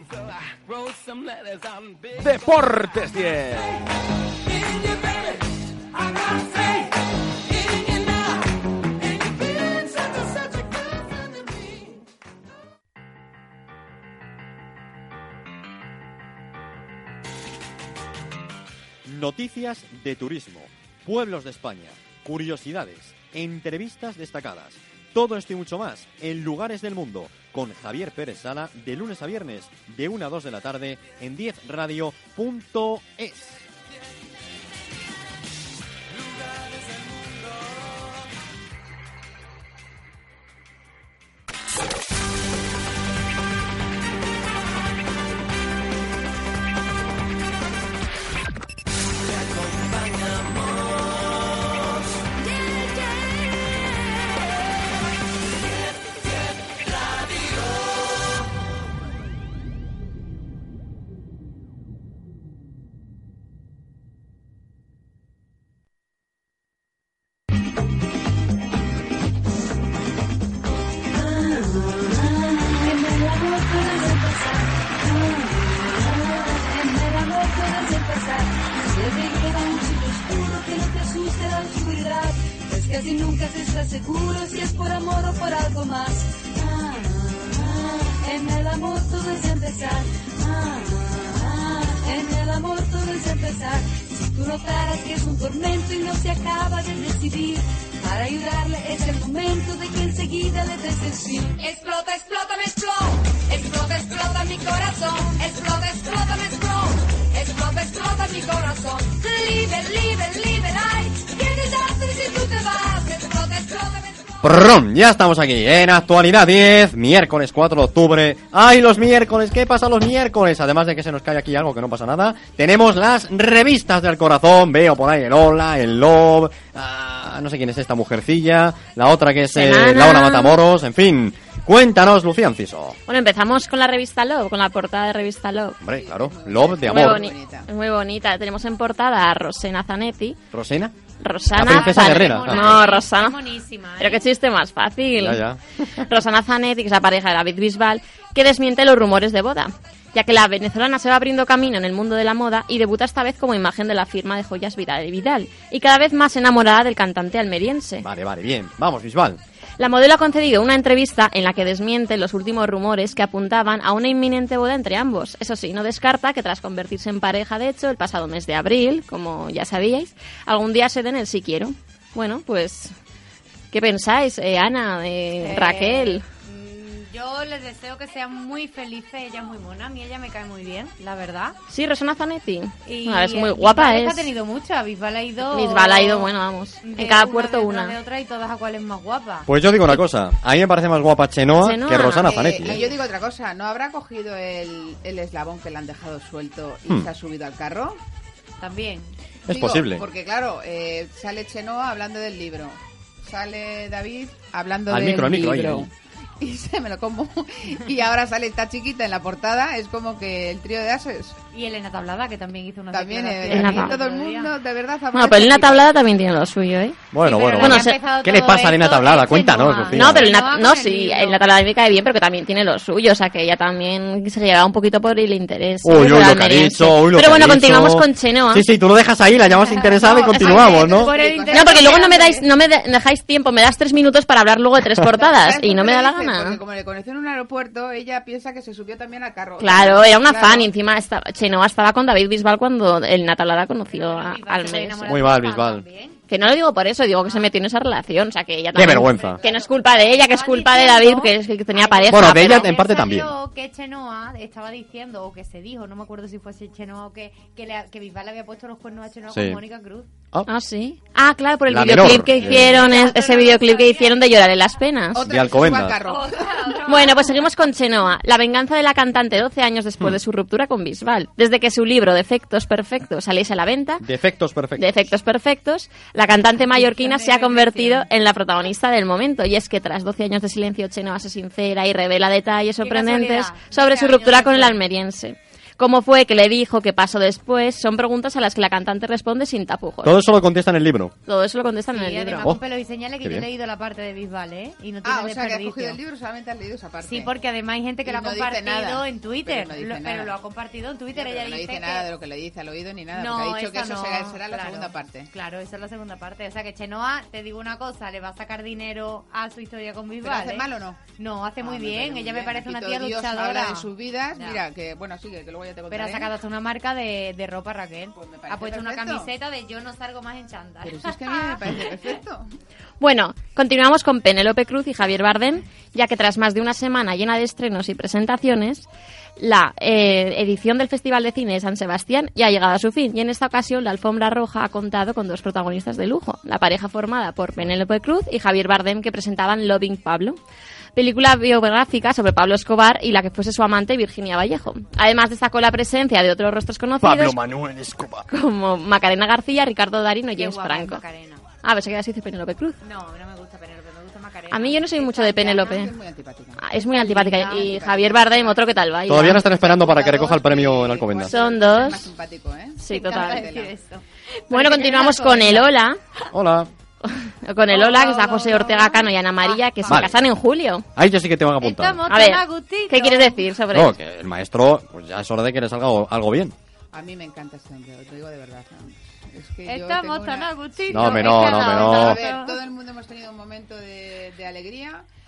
Deportes diez. Noticias de turismo, pueblos de España, curiosidades, entrevistas destacadas. Todo esto y mucho más en Lugares del Mundo con Javier Pérez Sala de lunes a viernes de una a dos de la tarde en diez radio punto es. amor todo es empezar. Ah, ah, en el amor todo es empezar. Si tú notaras que es un tormento y no se acaba de decidir, para ayudarle es el momento de que enseguida le des el sí. Explota, explota, me explota. Explota, explota mi corazón. Explota, explota, me explota. Explota, explota mi corazón. Libre, libre, libre, ay. ¿Qué desastre si tú te vas? Explota, explota, me explota. Prrrrum, ya estamos aquí, en Actualidad diez, miércoles cuatro de octubre. ¡Ay, los miércoles! ¿Qué pasa los miércoles? Además de que se nos cae aquí algo que no pasa nada, tenemos las revistas del corazón. Veo por ahí el Hola, el Love, ah, no sé quién es esta mujercilla, la otra que es eh, Laura Matamoros, en fin. Cuéntanos, Lucía Enciso. Bueno, empezamos con la revista Love, con la portada de revista Love. Hombre, claro, Love de amor. Muy bonita. Muy bonita. Tenemos en portada a Rosena Zanetti. ¿Rosena? Rosana La princesa Zanetti. guerrera. No, Rosana. Buenísima, ¿eh? Pero qué chiste más fácil. Ya, ya. Rosana Zanetti, que es la pareja de David Bisbal, que desmiente los rumores de boda, ya que la venezolana se va abriendo camino en el mundo de la moda y debuta esta vez como imagen de la firma de joyas Vidal y Vidal, y cada vez más enamorada del cantante almeriense. Vale, vale, bien. Vamos, Bisbal. La modelo ha concedido una entrevista en la que desmiente los últimos rumores que apuntaban a una inminente boda entre ambos. Eso sí, no descarta que tras convertirse en pareja, de hecho, el pasado mes de abril, como ya sabíais, algún día se den el sí quiero. Bueno, pues, ¿qué pensáis, eh, Ana, eh, Eh, Raquel? Yo les deseo que sean muy felices, ella es muy mona, a mí ella me cae muy bien, la verdad. Sí, Rosana Zanetti. Y Ah, es muy eh, guapa, Bisbal es. ha tenido muchas, Bisbal ha ido... Bisbal ha ido, bueno, vamos, de en cada una puerto detrás una. de otra y todas a cuál es más guapa. Pues yo digo una cosa, a mí me parece más guapa Chenoa, Chenoa. que Rosana Eh, Zanetti. y ¿eh? yo digo otra cosa, ¿no habrá cogido el, el eslabón que le han dejado suelto y Hmm. se ha subido al carro? También. Es Digo, posible. Porque claro, eh, sale Chenoa hablando del libro, sale David hablando Al del micro, al micro, ahí, libro. ahí. Y se me lo como. Y ahora sale esta chiquita en la portada, es como que el trío de ases. Y Elena Tablada, que también hizo una También, eh, Elena aquí Tablada. todo el mundo, de verdad. ama Bueno, a pero esta Elena chica. Tablada también tiene lo suyo, ¿eh? Bueno, Sí, bueno. pero Bueno, la que se- ha empezado ¿Qué le todo pasa a Elena esto Tablada? es Cuéntanos, Chenoa. Lucía. No, pero Chenoa Elena- con no, el sí, libro. Elena Tablada me cae bien, pero que también tiene lo suyo, o sea, que ella también se lleva un poquito por el interés. Uy, ¿eh? uy, Por lo que ha almeriense. dicho, uy, lo Pero que bueno, ha continuamos dicho. con Chenoa. Sí, sí, tú lo dejas ahí, la llamas interesada y No, continuamos, ¿no? Por el Sí, interés No, porque luego no me que dais, no me de- dejáis tiempo, me das tres minutos para hablar luego de tres portadas ¿Sabes y por no qué me da lo la dice? gana. Porque como le conoció en un aeropuerto, ella piensa que se subió también al carro. Claro, era una Claro. fan y encima estaba, Chenoa estaba con David Bisbal cuando el Tablada conoció a, al mes. Muy mal, Bisbal. Que no lo digo por eso, digo que se metió en esa relación, o sea, que ella Qué también... vergüenza. Que no es culpa de ella, que es culpa de David, que, es- que tenía pareja. Bueno, de ella pero- en parte también. Salió que Chenoa estaba diciendo, o que se dijo, no me acuerdo si fuese Chenoa o que, que, le, que Bisbal le había puesto los cuernos a Chenoa Sí. con Mónica Cruz. Ah, sí. Ah, claro, por el La videoclip menor, que eh. hicieron, es- ese videoclip que hicieron de Llorar en las penas. Otra De que se Alcobendas. suba al carro. Bueno, pues seguimos con Chenoa, la venganza de la cantante doce años después de su ruptura con Bisbal. Desde que su libro Defectos Perfectos saliese a la venta, Defectos perfectos. Defectos Perfectos, la cantante mallorquina se ha convertido en la protagonista del momento. Y es que tras doce años de silencio, Chenoa se sincera y revela detalles sorprendentes casualidad. sobre su doce ruptura años con el después. almeriense. ¿Cómo fue? ¿Qué le dijo? ¿Qué pasó después? Son preguntas a las que la cantante responde sin tapujos. Todo eso lo contesta en el libro. Todo eso lo contestan Sí, en el además libro. Oh, con pelos y señales que qué yo he bien. leído la parte de Bisbal, ¿eh? Y no tiene Ah, o sea que has desperdicio. cogido el libro, solamente has leído esa parte. Sí, porque además hay gente que Y lo ha no dice compartido nada. en Twitter, Pero no dice lo- nada. pero lo ha compartido en Twitter. Pero Ella no dice dice que... nada de lo que le dice al oído ni nada, No, porque ha dicho que eso eso no, será, será la claro. segunda parte. Claro, esa es la segunda parte. O sea que Chenoa, te digo una cosa, le va a sacar dinero a su historia con ¿Pero Bisbal. hace ¿eh? mal o no? No, hace muy Ah, me bien. parece Ella muy me parece bien. una Aquí tía todo Dios luchadora. habla de sus vidas. Ya. Mira, que bueno, sigue, que luego ya te Pero contaré. ha sacado hasta una marca de, de ropa, Raquel. Pues me parece Ha puesto una perfecto. camiseta de yo no salgo más en chándal. Pero si es que a mí me parece perfecto. Bueno, continuamos con Penélope Cruz y Javier Bardem, ya que tras más de una semana llena de estrenos y presentaciones, la eh, edición del Festival de Cine de San Sebastián ya ha llegado a su fin, y en esta ocasión la alfombra roja ha contado con dos protagonistas de lujo, la pareja formada por Penélope Cruz y Javier Bardem, que presentaban Loving Pablo, película biográfica sobre Pablo Escobar y la que fuese su amante Virginia Vallejo. Además destacó la presencia de otros rostros conocidos Manuel Escobar. como Macarena García, Ricardo Darín o Qué James guapa es Franco. Macarena. Ah, pensé que ya se dice Penélope Cruz. No, no me gusta Penélope, me gusta Macarena. A mí yo no soy mucho de Penélope. Es muy antipática. Ah, es muy antipática. linda, Y antipática. Javier Bardem, otro que tal baila. Todavía no están esperando para que Dos recoja el premio en y Alcobendas. cuatro Son es dos. más simpático, ¿eh? Sí, Me encanta total. decir esto. Bueno, Pero continuamos que con el Alcobendas. Hola. Hola. Con el Hola, que está José Ortega Cano y Ana María, que se Vale. casan en julio. Ahí yo sí que te van a apuntar. Estamos A ver, tan a gustito. ¿qué quieres decir sobre No, esto? que el maestro, pues ya es hora de que le salga algo, algo bien. A mí me encanta este hombre, os lo digo de verdad. Es que yo Estamos tengo tan una- a gustito. No, hombre, no, no, hombre, no. A ver, todo el mundo hemos tenido un momento de, de alegría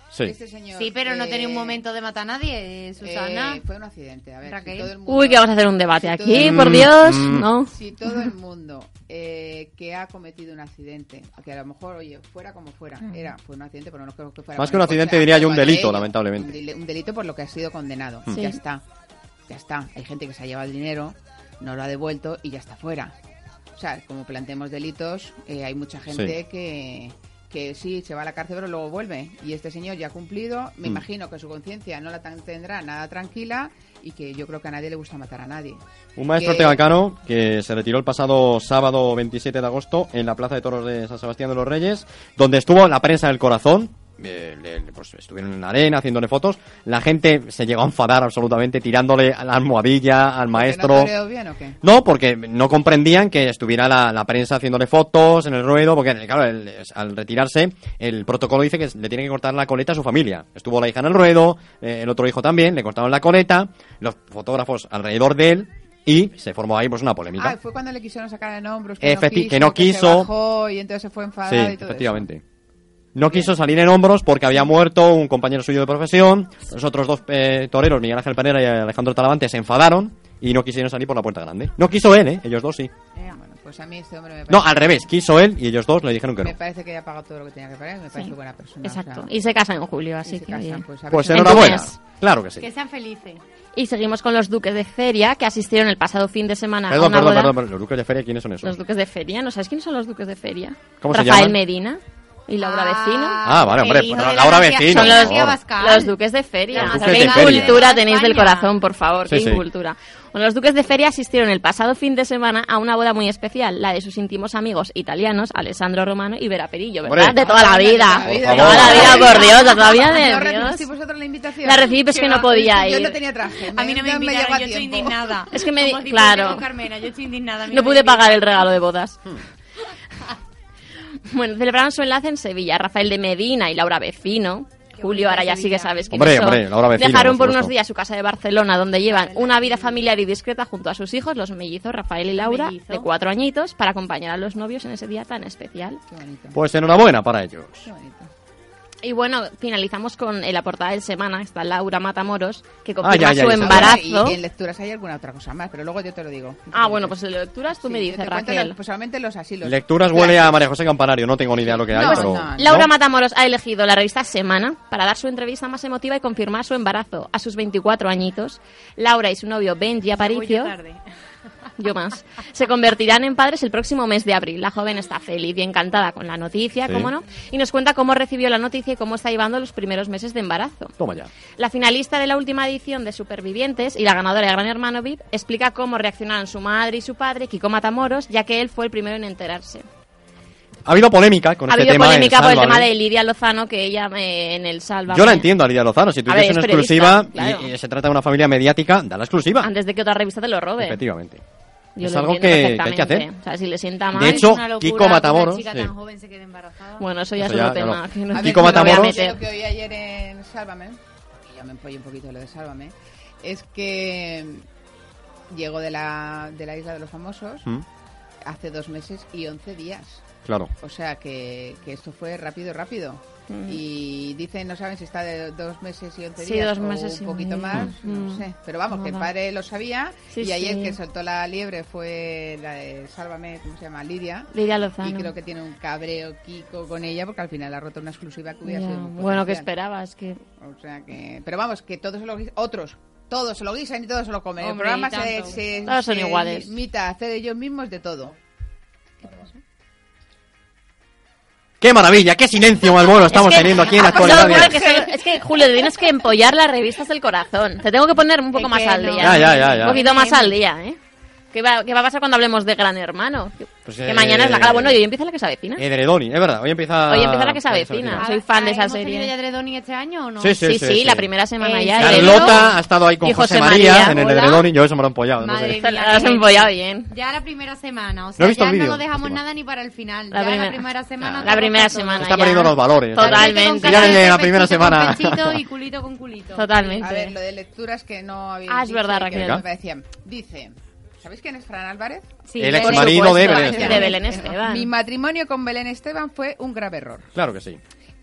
Sí. Este señor, Sí, pero no eh, tenía un momento de matar a nadie, Susana. eh, fue un accidente. A ver, si Raquel. todo el mundo, Uy, que vamos a hacer un debate si todo aquí, el por mundo- Dios, Mm. no. Si todo el mundo eh, que ha cometido un accidente, que a lo mejor, oye, fuera como fuera, era fue un accidente, pero no creo que fuera Más con que un el accidente, coche, diría yo un algo de delito, ello. lamentablemente. Un, deli- un delito por lo que ha sido condenado. Sí. Ya está. Ya está. Hay gente que se ha llevado el dinero, no lo ha devuelto y ya está fuera. O sea, como planteemos delitos, eh, hay mucha gente Sí. que que sí, se va a la cárcel pero luego vuelve. Y este señor ya ha cumplido, me Mm. imagino que su conciencia no la tan- tendrá nada tranquila y que yo creo que a nadie le gusta matar a nadie. Un maestro Que- tegacano que se retiró el pasado sábado veintisiete de agosto en la Plaza de Toros de San Sebastián de los Reyes, donde estuvo la prensa del corazón. Eh, le- le- pues estuvieron en la arena haciéndole fotos. La gente se llegó a enfadar absolutamente, tirándole a la almohadilla al ¿Que maestro. no toreó bien o qué? No, porque no comprendían que estuviera la, la prensa haciéndole fotos en el ruedo, porque claro, el- al retirarse, el protocolo dice que le tiene que cortar la coleta a su familia. Estuvo la hija en el ruedo, eh, el otro hijo también, le cortaron la coleta, los fotógrafos alrededor de él, y se formó ahí pues una polémica. Ah, fue cuando le quisieron sacar en hombros, que, Efecti- no quiso, que no que se quiso. bajó y entonces se fue enfadado Sí, y todo efectivamente. No quiso salir en hombros porque había muerto un compañero suyo de profesión. Los otros dos eh, toreros, Miguel Ángel Pereira y Alejandro Talavante, se enfadaron y no quisieron salir por la puerta grande. No quiso él, ¿eh? Ellos dos sí. eso. Bueno, pues a mí este hombre me parece... No, al revés. Quiso él y ellos dos le dijeron que no. Me parece que ya ha pagado todo lo que tenía que pagar, me parece Sí. buena persona. Exacto. o sea, Y se casan en julio, y así se que casan, bien. pues, a ver Pues si- enhorabuena. Entonces- Claro que sí. Que sean felices. Y seguimos con los duques de feria que asistieron el pasado fin de semana a Perdón, una perdón, boda. perdón, perdón. ¿Los duques de feria quiénes son esos? Los duques de feria, ¿no sabes quiénes son los duques de feria? ¿Cómo se Rafael llaman? Medina y Laura Ah, Vecino. Ah, vale, hombre, el hijo pero de la Laura García- Vecino, Son por los, favor. Bascal. los duques de feria. Los O sea, duques qué de feria. incultura tenéis del España. corazón, por favor, Sí, qué sí. incultura. Bueno, los duques de feria asistieron el pasado fin de semana a una boda muy especial, la de sus íntimos amigos italianos, Alessandro Romano y Vera Perillo, ¿verdad? Hombre. De toda la Ay, vida. de De toda toda la la vida. vida, por Dios, de toda la vida ¿No de Dios. recibiste vosotros la invitación? La recibí, pero es que no podía Yo ir. no tenía traje. A mí no me llegó invitaron, a yo estoy tiempo. indignada. Es que me di- Como si claro. fuese con Carmena, yo estoy indignada. a mí No me pude invitan. pagar el regalo de bodas. Bueno, celebraron su enlace en Sevilla. Rafael de Medina y Laura Vecino. Julio, ahora ya sí que sabes quiénes Hombre, son. hombre, Laura Vecino, Dejaron por por unos supuesto. días su casa de Barcelona, donde llevan una vida familiar y discreta junto a sus hijos, los mellizos Rafael y Laura, Mellizo. de cuatro añitos, para acompañar a los novios en ese día tan especial. Qué bonito. Pues enhorabuena para ellos. Qué bonito. Y bueno, finalizamos con en la portada del semana, está Laura Matamoros, que Ah, confirma ya, ya, su ya. embarazo. Y en lecturas hay alguna otra cosa más, pero luego yo te lo digo. Ah, bueno, pues en lecturas tú Sí, me yo dices, te cuento Raquel. los- pues solamente los asilos. Lecturas huele a María José Campanario, no tengo ni idea de lo que hay, No, pero... no, Laura ¿no? Matamoros ha elegido la revista Semana para dar su entrevista más emotiva y confirmar su embarazo a sus veinticuatro añitos. Laura y su novio Benji Aparicio, Voy tarde. yo más, se convertirán en padres el próximo mes de abril. La joven está feliz y encantada con la noticia, Sí. cómo no, y nos cuenta cómo recibió la noticia y cómo está llevando los primeros meses de embarazo. Toma ya. La finalista de la última edición de Supervivientes y la ganadora de Gran Hermano V I P explica cómo reaccionaron su madre y su padre, Kiko Matamoros, ya que él fue el primero en enterarse. Ha habido polémica con Ha este habido tema. en polémica por el Sálvame. tema de Lidia Lozano, que ella eh, en el Sálvame... Yo la entiendo a Lidia Lozano. Si tú A ver, tienes una es periodista, exclusiva claro. y, y se trata de una familia mediática, da la exclusiva. Antes de que otra revista te lo robe. Efectivamente. Yo es lo algo entiendo que, que hay que perfectamente. hacer. O sea, si le sienta mal... De hecho, Es una locura Kiko que Matamoros, Una chica sí. tan joven se quede embarazada. Bueno, eso ya Eso es ya, otro tema. claro. que no- A ver, Kiko yo lo que- Matamoros- Lo que oí ayer en Sálvame, que yo me empollé un poquito de lo de Sálvame, es que llegó de la, de la Isla de los Famosos Mm, hace dos meses y once días. claro. O sea que, que esto fue rápido, rápido. Mm. Y dicen, no saben si está de dos meses y once Sí, días dos o meses y un poquito medio. más, Mm. no sé. Pero vamos, que el Nada. padre lo sabía Sí, y ayer sí. que soltó la liebre fue la de Sálvame, ¿cómo se llama? Lidia. Lidia Y Lozano. creo que tiene un cabreo Kiko con ella porque al final ha roto una exclusiva que hubiera Ya. sido muy Bueno, ¿qué potencial. esperabas? Que... O sea que... Pero vamos, que todos se lo guisan, otros, todos se lo guisan y todos se lo comen. Hombre, el programa y se, tanto. se, Todos son se iguales. limita a hacer ellos mismos de todo. ¡Qué maravilla! ¡Qué silencio más bueno estamos Es que- teniendo aquí en Ah, la pues actualidad! no, porque soy- es que, Julio, tienes que empollar las revistas del corazón. Te tengo que poner un poco Es más que al no. día. Ya, ya, ya, ya. Un poquito más al día, ¿eh? ¿Qué va, qué va a pasar cuando hablemos de Gran Hermano? Que, Pues, que eh, mañana es la gala. Bueno, y hoy empieza la que se avecina. Edredoni, es verdad. Hoy empieza... Hoy empieza la que se la avecina. Ah, Soy fan de esa ¿hemos tenido serie. ya Dredoni este año o no? Sí, sí, Sí, sí, sí, sí. la primera semana ¿En ya. serio? Carlota ha estado ahí con Y José, José María, María. en el Hola. Edredoni. Yo eso me lo he empollado. No Madre sé. mía. La has empollado bien. Ya la primera semana, o No sea, he visto ya el no vídeo, lo dejamos encima. nada ni para el final. La ya primera- la primera semana. Ah. La toca primera todo. semana Está ya. perdiendo los valores. Totalmente. Ya en la primera Pechito con semana. pechito y culito con culito. Totalmente. A ver, lo de lecturas que no había Ah, es verdad, Raquel. me parecían. Dice, ¿sabéis quién es Fran Álvarez? Sí, El ya- ex Por marido de supuesto, Belén Esteban. de Belén Esteban. Mi matrimonio con Belén Esteban fue un grave error. Claro que sí.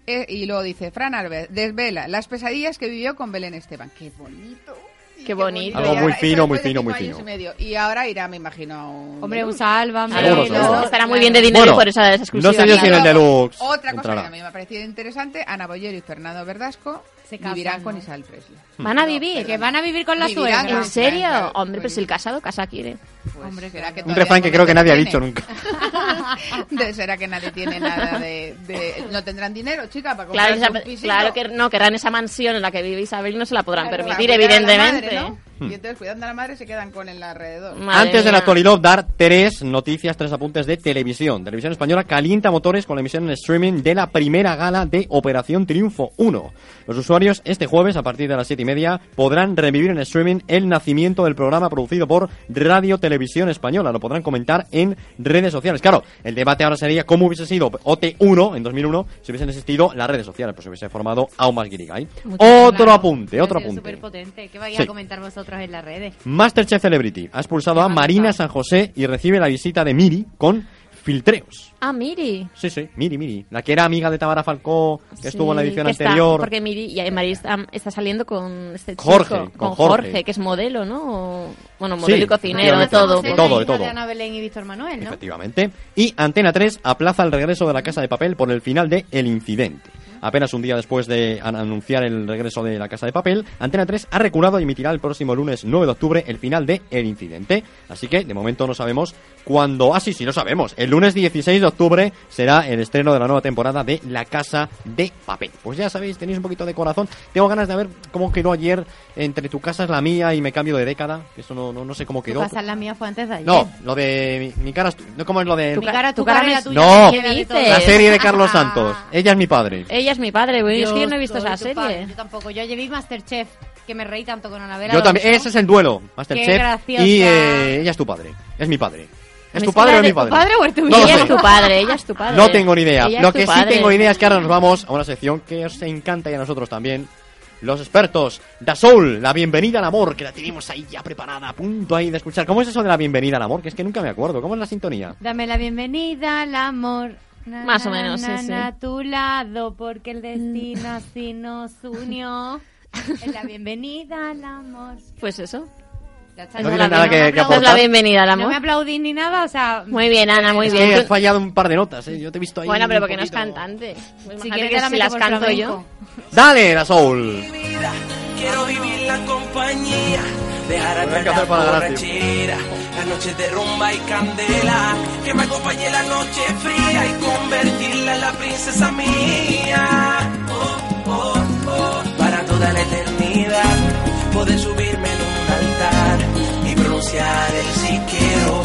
Eh, y luego dice, Fran Alves, desvela las pesadillas que vivió con Belén Esteban. ¡Qué bonito! Qué bonito. Algo muy fino, muy fino, muy fino. Y, medio. Y ahora irá, me imagino, a un... Hombre, un Sálvame. Seguro, seguro. Estará muy bien de dinero Bueno, y por eso es exclusiva. no sé yo si en el deluxe Otra cosa entrará. que a mí me ha parecido interesante, Ana Bollero y Fernando Verdasco Se casan, vivirán ¿no? con Isabel Presley. ¿Van a vivir? Que van a vivir con la Vivirán suegra. ¿En serio? Claro, Hombre, pues pues- el casado casa quiere. Pues, Hombre, ¿será que Un todavía refrán que el creo que nadie ha gobierno dicho tiene? nunca. De- ¿Será que nadie tiene nada de, de- no tendrán dinero, chica, para comprar Claro, esa- un pisito? claro que no, querrán esa mansión en la que vive Isabel y no se la podrán Claro, permitir, para cuidar a la evidentemente. madre, ¿no? Y entonces, cuidando a la madre, se quedan con el alrededor. Madre Antes del mía. actualidad, dar tres noticias, tres apuntes de televisión. Televisión Española calienta motores con la emisión en streaming de la primera gala de Operación Triunfo uno. Los usuarios este jueves, a partir de las siete y media, podrán revivir en streaming el nacimiento del programa producido por Radio Televisión Española. Lo podrán comentar en redes sociales. Claro, el debate ahora sería cómo hubiese sido O T uno en dos mil uno si hubiesen existido las redes sociales, pues se hubiese formado aún más guirigay. Muchísimo, ¿eh? Otro claro. apunte, otro Ha sido apunte. súper potente. ¿Qué vais Sí. a comentar vosotros en las redes? Masterchef Celebrity ha expulsado a Marina San José y recibe la visita de Miri con filtreos. Ah, Miri. Sí, sí, Miri, Miri. La que era amiga de Tamara Falcó, que Sí, estuvo en la edición que está- anterior. porque Miri, y Mari está, está saliendo con este chico. Jorge, con, con Jorge. Jorge. que es modelo, ¿no? O- Bueno, modelo Sí, y cocinero, de efectivamente. todo. De todo, de todo. De Ana Belén y Víctor Manuel, ¿no? Efectivamente. Y Antena tres aplaza el regreso de La Casa de Papel por el final de El Incidente. Apenas un día después de an- anunciar el regreso de La Casa de Papel, Antena tres ha reculado y emitirá el próximo lunes nueve de octubre el final de El Incidente. Así que, de momento, no sabemos cuándo... Ah, sí, sí, lo sabemos. El lunes dieciséis de octubre será el estreno de la nueva temporada de La Casa de Papel. Pues ya sabéis, tenéis un poquito de corazón. Tengo ganas de ver cómo quedó ayer entre Tu casa es la mía y Me cambio de década. Eso no, no, no sé cómo Tu quedó. casa, la mía, fue antes de ayer. No, lo de mi, mi cara... es tu- No, ¿cómo es lo de...? Mi cara, tu, tu cara, cara y la es- tuya. No, ¿Qué dices? la serie de Carlos Santos. Ella es mi padre. Ella es mi padre, güey. Es que yo no he visto soy esa tu padre. serie. Yo tampoco. Yo ayer vi Masterchef, que me reí tanto con Ana Vera Yo también. Alonso. Ese es el duelo. Qué Masterchef. graciosa. Y eh, ella es tu padre. Es mi padre. ¿Es tu ¿Es padre la o es de mi tu padre? padre o es tu No lo ella sé. es tu padre, ella es tu padre. No tengo ni idea. Ella Lo es tu que sí padre. tengo idea es que ahora nos vamos a una sección que os encanta y a nosotros también. Los expertos, Da Soul, la bienvenida al amor, que la tenemos ahí ya preparada, a punto ahí de escuchar. ¿Cómo es eso de la bienvenida al amor? Que es que nunca me acuerdo. ¿Cómo es la sintonía? Dame la bienvenida al amor. Na, Más o na, menos, sí, na, sí. na, a tu lado, porque el destino así nos unió. Es la bienvenida al amor. Pues eso. Ya está. No Esa es tienes la nada bien- que- que esa es la aportar. bienvenida al No amor. me aplaudís ni nada, o sea... Muy bien, Ana, muy Es bien. que Tú- has fallado un par de notas, ¿eh? Yo te he visto ahí. Bueno, pero un porque no es poquito. cantante. Pues Si imagínate quieres que te la si meto las por canto flamenco. yo. Dale, Da Soul. Vida, quiero vivir la compañía, dejar Hay que atrás hacer la para gracia. borrachera, la noche de rumba y candela, que me acompañe la noche fría y convertirla en la princesa mía. Oh, oh, oh, para toda la eternidad, poder subirme en un altar y pronunciar el sí quiero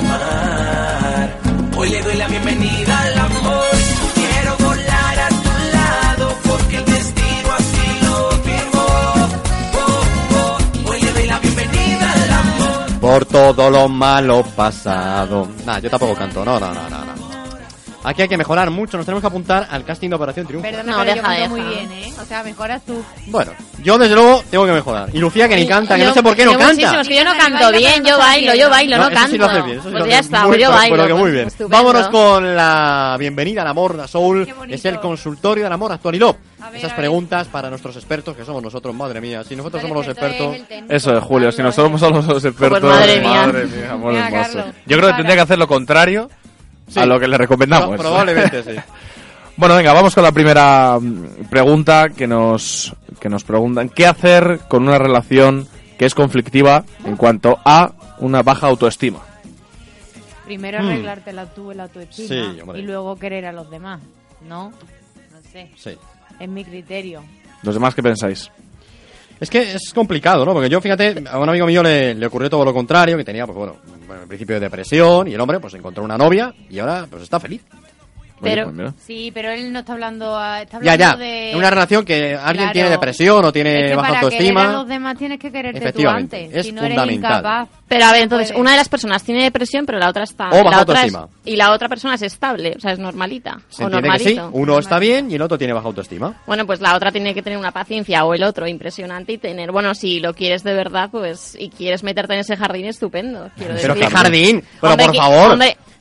amar. Hoy le doy la bienvenida al amor, quiero volar a tu lado porque el destino así lo firmó. Oh, oh, hoy le doy la bienvenida al amor. Por todo lo malo pasado. Nah, yo tampoco canto. No, no, no, no, no. Aquí hay que mejorar mucho. Nos tenemos que apuntar al casting de Operación Triunfo. Perdona, No, pero deja, yo canto deja. muy bien, ¿eh? O sea, mejoras tú. Bueno, yo desde luego tengo que mejorar. Y Lucía que ni canta, que Yo- no sé por qué no yo canta. muchísimo, es que yo no Baila, canto baila, bien, pero yo no bailo, sabes yo bailo, no, eso canto. sí lo haces bien, eso sí Pues lo ya haces está, muy, pues yo pero- bailo. pero que muy pues bien. estupendo. Vámonos con la bienvenida al amor, Da Soul. Qué bonito. Es el consultorio del amor actualidad. A ver, Esas a ver. preguntas para nuestros expertos, que somos nosotros, madre mía. Si nosotros somos los expertos... Eso es, Julio. Si nosotros somos los expertos... Pues madre mía. Madre mía, amor Mira, hermoso. Carlos, Yo creo que para. tendría que hacer lo contrario Sí. a lo que le recomendamos. Pro- Probablemente sí. Bueno, venga, vamos con la primera mm, pregunta que nos, que nos preguntan. ¿Qué hacer con una relación que es conflictiva en cuanto a una baja autoestima? Primero Hmm. arreglártela tú, el autoestima. Sí, hombre. Y luego querer a los demás. ¿No? No sé. Sí. Es mi criterio. ¿Los demás qué pensáis? Es que es complicado, ¿no? Porque yo, fíjate, a un amigo mío le, le ocurrió todo lo contrario, que tenía, pues bueno, bueno, en principio de depresión, y el hombre, pues encontró una novia, y ahora, pues está feliz. Oye, Pero- pues mira. Sí, pero él no está hablando... a- Está Ya, hablando ya, de... en una relación que alguien Claro. tiene depresión o tiene Es que baja para autoestima... querer a los demás tienes que quererte tú Efectivamente, antes. es si no eres fundamental. incapaz. Pero a ver, no entonces, puedes. una de las personas tiene depresión, pero la otra está... O baja la otra es- autoestima. y la otra persona es estable, o sea, es normalita. Se o entiende que sí, normalito. uno está bien y el otro tiene baja autoestima. Bueno, pues la otra tiene que tener una paciencia, o el otro impresionante, y tener, bueno, si lo quieres de verdad, pues, y quieres meterte en ese jardín, estupendo. Quiero Pero decir. qué jardín, pero Hombre, por que- favor. hombre,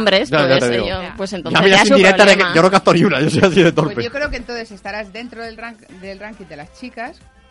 hombres, Ya, ya pues, te digo. yo, pues Ya entonces miras ya es su indirecta de que problema. yo no capto ni una, yo soy así de torpe. Pues yo creo que entonces estarás dentro del, rank, del ranking de las chicas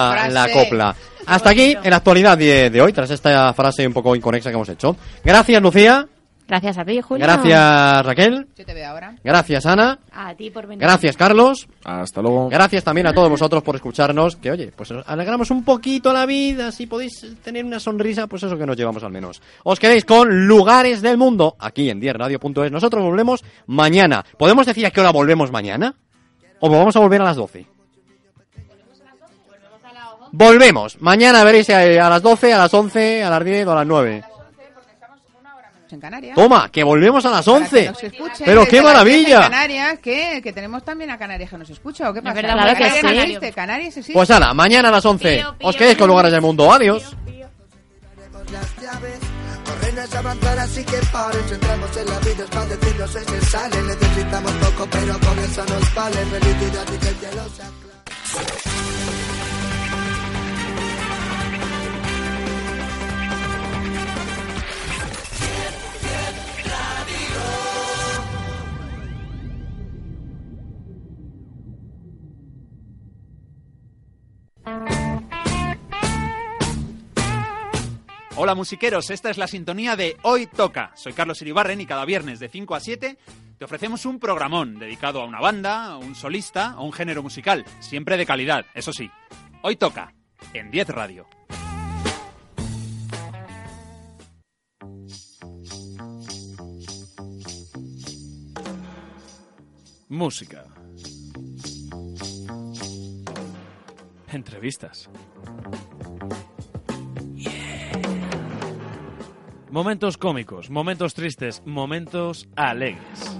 la, frase. la copla. Hasta aquí en la actualidad de, de hoy, tras esta frase un poco inconexa que hemos hecho. Gracias, Lucía. Gracias a ti, Julio. Gracias, Raquel. Yo te veo ahora. Gracias, Ana. A ti por venir. Gracias, Carlos. Hasta luego. Gracias también a todos vosotros por escucharnos. Que oye, pues nos alegramos un poquito la vida. Si podéis tener una sonrisa, pues eso que nos llevamos al menos. Os quedéis con Lugares del Mundo aquí en diez radio punto es. Nosotros volvemos mañana. ¿Podemos decir a qué hora volvemos mañana? ¿O vamos a volver a las doce? Volvemos. Mañana veréis a las doce, a las once, a las diez o a las nueve. En Canarias. Toma, que volvemos a las once. Para que nos escuchen Pero desde qué las maravilla. diez en Canarias, ¿qué? Que tenemos también a Canarias que nos escucha, ¿o qué pasa? verdad, claro que Canarias sí. no existe, Canarias existe. Pues ala, mañana a las once. Pío, pío, Os quedéis con pío. Lugares del Mundo. Adiós. Las llaves, corren es avanzar, así que paren. Si entramos en la vida es para decirnos es que sale. Necesitamos poco, pero con eso nos vale. Felicidad y que el cielo se aclare. Hola musiqueros, esta es la sintonía de Hoy Toca. Soy Carlos Iribarren y cada viernes de cinco a siete te ofrecemos un programón dedicado a una banda, a un solista, a un género musical, siempre de calidad, eso sí. Hoy Toca, en diez radio. Música. Entrevistas. Momentos cómicos, momentos tristes, momentos alegres.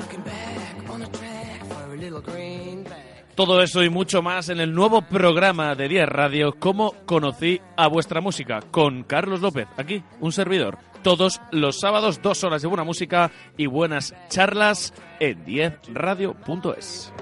Todo eso y mucho más en el nuevo programa de diez radio, Cómo conocí a vuestra música, con Carlos López, aquí, un servidor. Todos los sábados, dos horas de buena música y buenas charlas en diez radio punto es.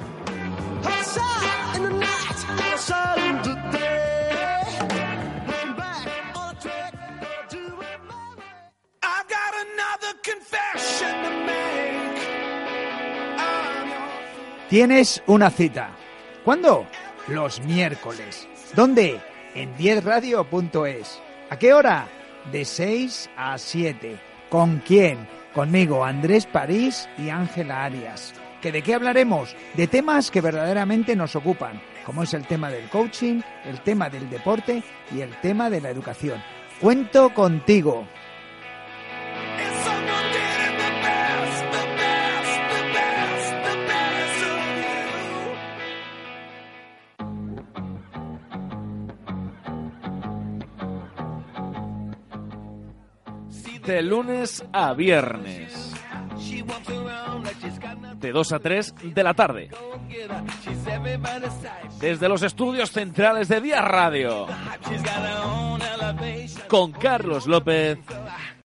Tienes una cita. ¿Cuándo? Los miércoles. ¿Dónde? En diez radio punto es. ¿A qué hora? De seis a siete. ¿Con quién? Conmigo, Andrés París y Ángela Arias. ¿Que de qué hablaremos? De temas que verdaderamente nos ocupan, como es el tema del coaching, el tema del deporte y el tema de la educación. Cuento contigo. De lunes a viernes, de dos a tres de la tarde, desde los estudios centrales de diez radio, con Carlos López